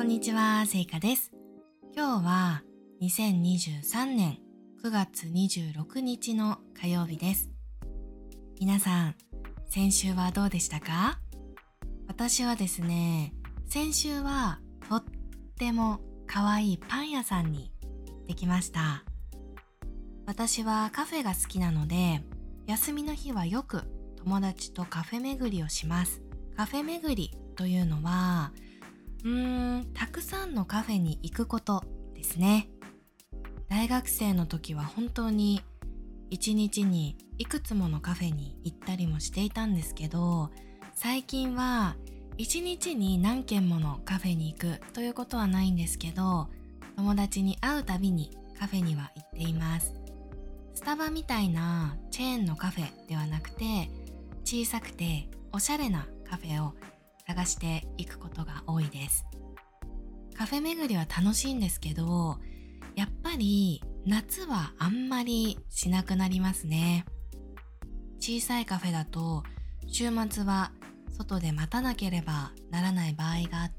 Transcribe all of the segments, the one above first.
こんにちは、せいかです。今日は2023年9月26日の火曜日です。皆さん、先週はどうでしたか？私はですね、先週はとっても可愛いパン屋さんに行ってきました。私はカフェが好きなので、休みの日はよく友達とカフェ巡りをします。カフェ巡りというのは、たくさんのカフェに行くことですね。大学生の時は本当に一日にいくつものカフェに行ったりもしていたんですけど、最近は一日に何軒ものカフェに行くということはないんですけど、友達に会うたびにカフェには行っています。スタバみたいなチェーンのカフェではなくて、小さくておしゃれなカフェを探していくことが多いです。カフェ巡りは楽しいんですけど、やっぱり夏はあんまりしなくなりますね。小さいカフェだと週末は外で待たなければならない場合があって、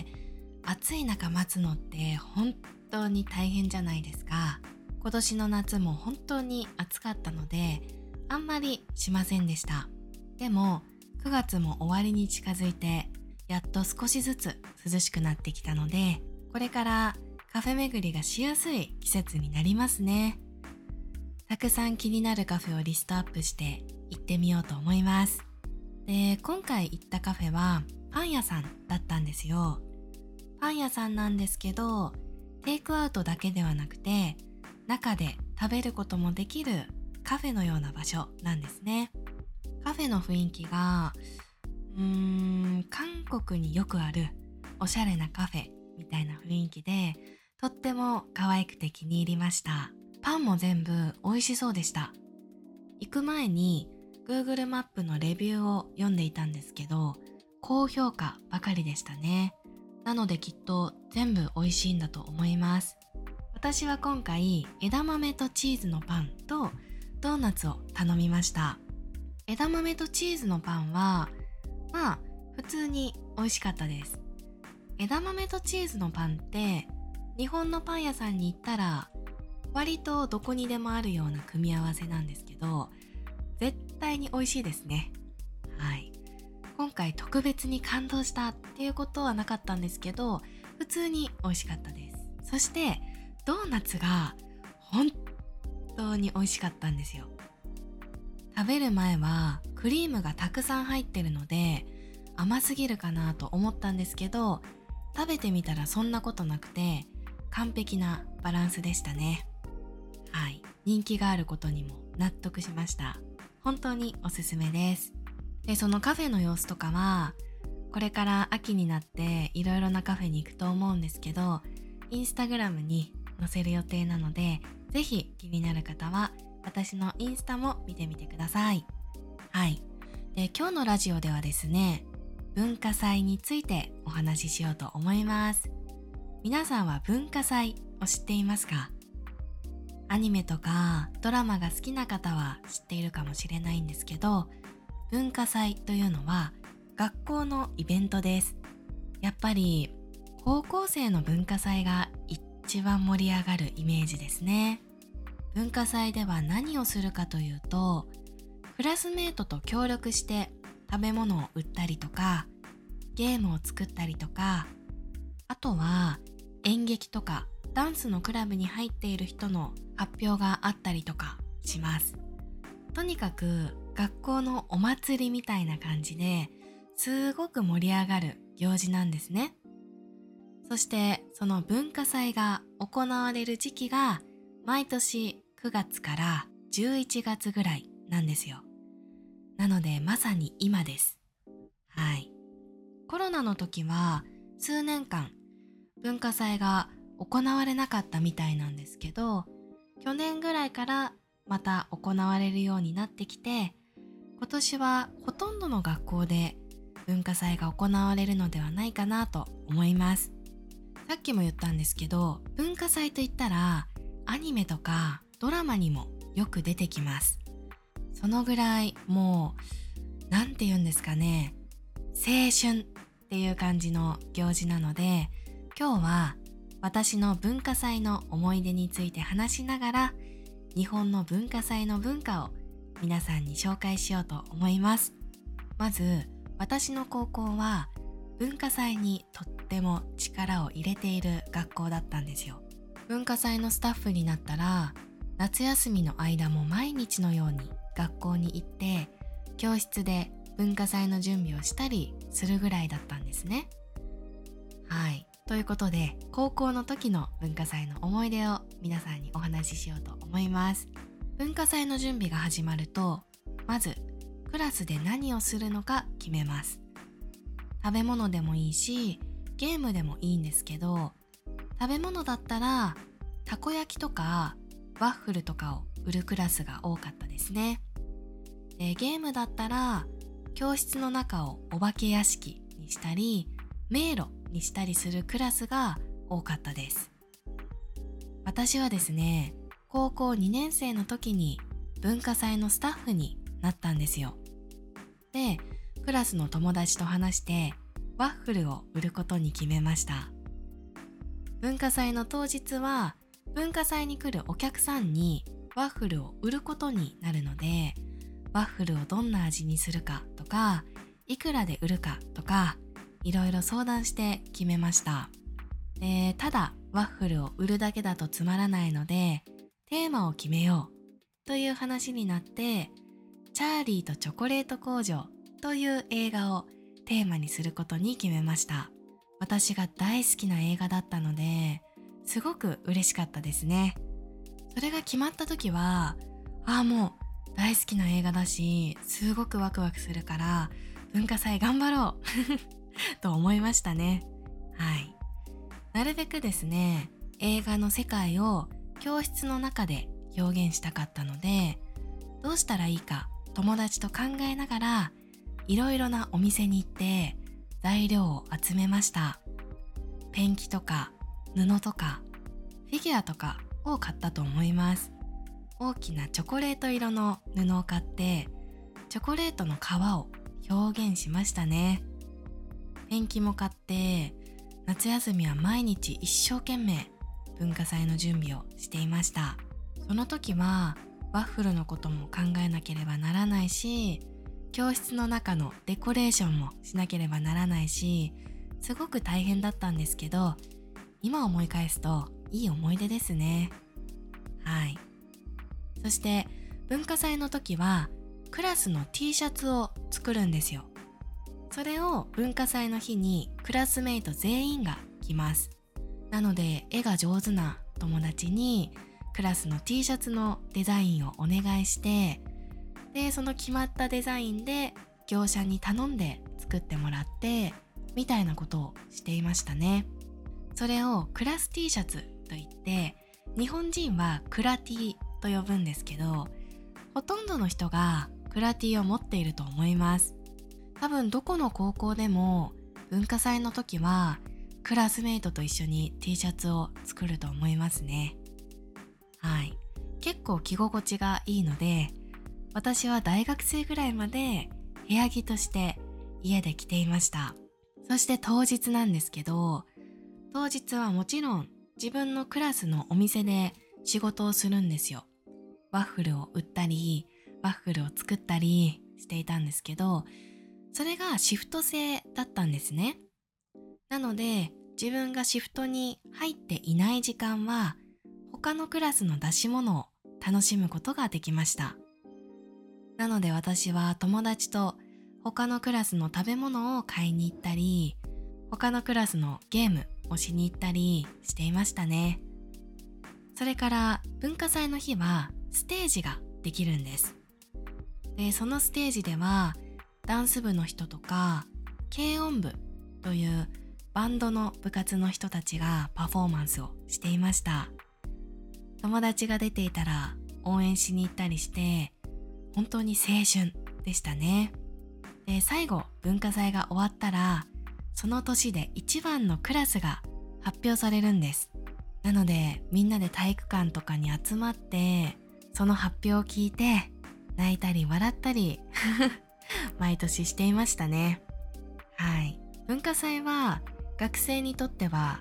暑い中待つのって本当に大変じゃないですか。今年の夏も本当に暑かったので、あんまりしませんでした。でも9月も終わりに近づいて、やっと少しずつ涼しくなってきたので、これからカフェ巡りがしやすい季節になりますね。たくさん気になるカフェをリストアップして行ってみようと思います。で、今回行ったカフェはパン屋さんだったんですよ。パン屋さんなんですけど、テイクアウトだけではなくて、中で食べることもできるカフェのような場所なんですね。カフェの雰囲気が韓国によくあるおしゃれなカフェみたいな雰囲気で、とっても可愛くて気に入りました。パンも全部美味しそうでした。行く前に Google マップのレビューを読んでいたんですけど、高評価ばかりでしたね。なのできっと全部美味しいんだと思います。私は今回枝豆とチーズのパンとドーナツを頼みました。枝豆とチーズのパンは普通に美味しかったです。枝豆とチーズのパンって日本のパン屋さんに行ったら割とどこにでもあるような組み合わせなんですけど、絶対に美味しいですね。はい。今回特別に感動したっていうことはなかったんですけど、普通に美味しかったです。そしてドーナツが本当に美味しかったんですよ。食べる前はクリームがたくさん入ってるので甘すぎるかなと思ったんですけど、食べてみたらそんなことなくて完璧なバランスでしたね。はい、人気があることにも納得しました。本当におすすめです。で、そのカフェの様子とかはこれから秋になっていろいろなカフェに行くと思うんですけど、インスタグラムに載せる予定なので、ぜひ気になる方は私のインスタも見てみてください。はい。で、今日のラジオではですね、文化祭についてお話ししようと思います。皆さんは文化祭を知っていますか？アニメとかドラマが好きな方は知っているかもしれないんですけど、文化祭というのは学校のイベントです。やっぱり高校生の文化祭が一番盛り上がるイメージですね。文化祭では何をするかというと、クラスメートと協力して食べ物を売ったりとか、ゲームを作ったりとか、あとは演劇とかダンスのクラブに入っている人の発表があったりとかします。とにかく学校のお祭りみたいな感じですごく盛り上がる行事なんですね。そしてその文化祭が行われる時期が毎年9月から11月ぐらいなんですよ。なのでまさに今です。はい。コロナの時は数年間文化祭が行われなかったみたいなんですけど、去年ぐらいからまた行われるようになってきて、今年はほとんどの学校で文化祭が行われるのではないかなと思います。さっきも言ったんですけど、文化祭といったらアニメとかドラマにもよく出てきます。そのぐらいもうなんて言うんですかね、青春っていう感じの行事なので、 今日は私の文化祭の思い出について話しながら、日本の文化祭の文化を皆さんに紹介しようと思います。まず、私の高校は文化祭にとっても力を入れている学校だったんですよ。文化祭のスタッフになったら、夏休みの間も毎日のように学校に行って、教室で文化祭の準備をしたりするぐらいだったんですね。はい。ということで、高校の時の文化祭の思い出を皆さんにお話ししようと思います。文化祭の準備が始まると、まずクラスで何をするのか決めます。食べ物でもいいし、ゲームでもいいんですけど、食べ物だったらたこ焼きとかワッフルとかを売るクラスが多かったですね。で、ゲームだったら教室の中をお化け屋敷にしたり、迷路にしたりするクラスが多かったです。私はですね、高校2年生の時に文化祭のスタッフになったんですよ。で、クラスの友達と話してワッフルを売ることに決めました。文化祭の当日は文化祭に来るお客さんにワッフルを売ることになるので、ワッフルをどんな味にするかとか、いくらで売るかとか、いろいろ相談して決めました。で、ただワッフルを売るだけだとつまらないので、テーマを決めようという話になって、チャーリーとチョコレート工場という映画をテーマにすることに決めました。私が大好きな映画だったので、すごく嬉しかったですね。それが決まった時は、もう大好きな映画だし、すごくワクワクするから、文化祭頑張ろうと思いましたね。はい。なるべくですね、映画の世界を教室の中で表現したかったので、どうしたらいいか友達と考えながら、いろいろなお店に行って材料を集めました。ペンキとか布とかフィギュアとかを買ったと思います。大きなチョコレート色の布を買って、チョコレートの皮を表現しましたね。ペンキも買って、夏休みは毎日一生懸命文化祭の準備をしていました。その時はワッフルのことも考えなければならないし、教室の中のデコレーションもしなければならないし、すごく大変だったんですけど、今思い返すといい思い出ですね。はい。そして文化祭の時はクラスの T シャツを作るんですよ。それを文化祭の日にクラスメイト全員が着ます。なので絵が上手な友達にクラスの T シャツのデザインをお願いして、で、その決まったデザインで業者に頼んで作ってもらってみたいなことをしていましたね。それをクラス T シャツといって、日本人はクラ T と呼ぶんですけど、ほとんどの人がクラ T を持っていると思います。多分どこの高校でも文化祭の時はクラスメイトと一緒に T シャツを作ると思いますね。はい。結構着心地がいいので、私は大学生ぐらいまで部屋着として家で着ていました。そして当日なんですけど、当日はもちろん自分のクラスのお店で仕事をするんですよ。ワッフルを売ったり、ワッフルを作ったりしていたんですけど、それがシフト制だったんですね。なので、自分がシフトに入っていない時間は、他のクラスの出し物を楽しむことができました。なので私は友達と他のクラスの食べ物を買いに行ったり、他のクラスのゲームをしに行ったりしていましたね。それから文化祭の日はステージができるんです。で、そのステージではダンス部の人とか軽音部というバンドの部活の人たちがパフォーマンスをしていました。友達が出ていたら応援しに行ったりして、本当に青春でしたね。で、最後文化祭が終わったら、その年で一番のクラスが発表されるんです。なのでみんなで体育館とかに集まって、その発表を聞いて泣いたり笑ったり毎年していましたね。はい。文化祭は学生にとっては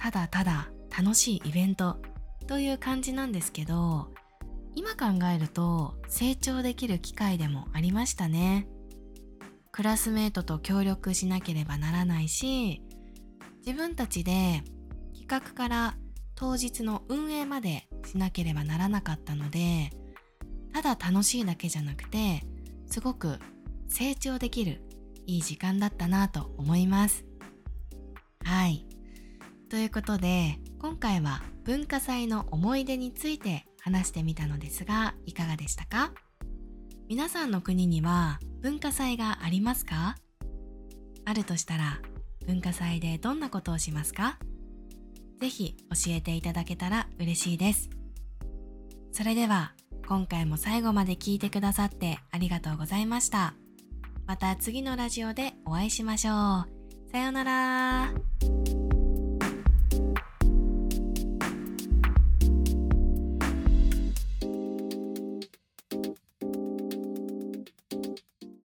ただただ楽しいイベントという感じなんですけど、今考えると成長できる機会でもありましたね。クラスメートと協力しなければならないし、自分たちで企画から当日の運営までしなければならなかったので、ただ楽しいだけじゃなくて、すごく成長できるいい時間だったなと思います。はい。ということで、今回は文化祭の思い出について話してみたのですが、いかがでしたか？皆さんの国には文化祭がありますか？あるとしたら、文化祭でどんなことをしますか？ぜひ教えていただけたら嬉しいです。それでは、今回も最後まで聞いてくださってありがとうございました。また次のラジオでお会いしましょう。さようなら。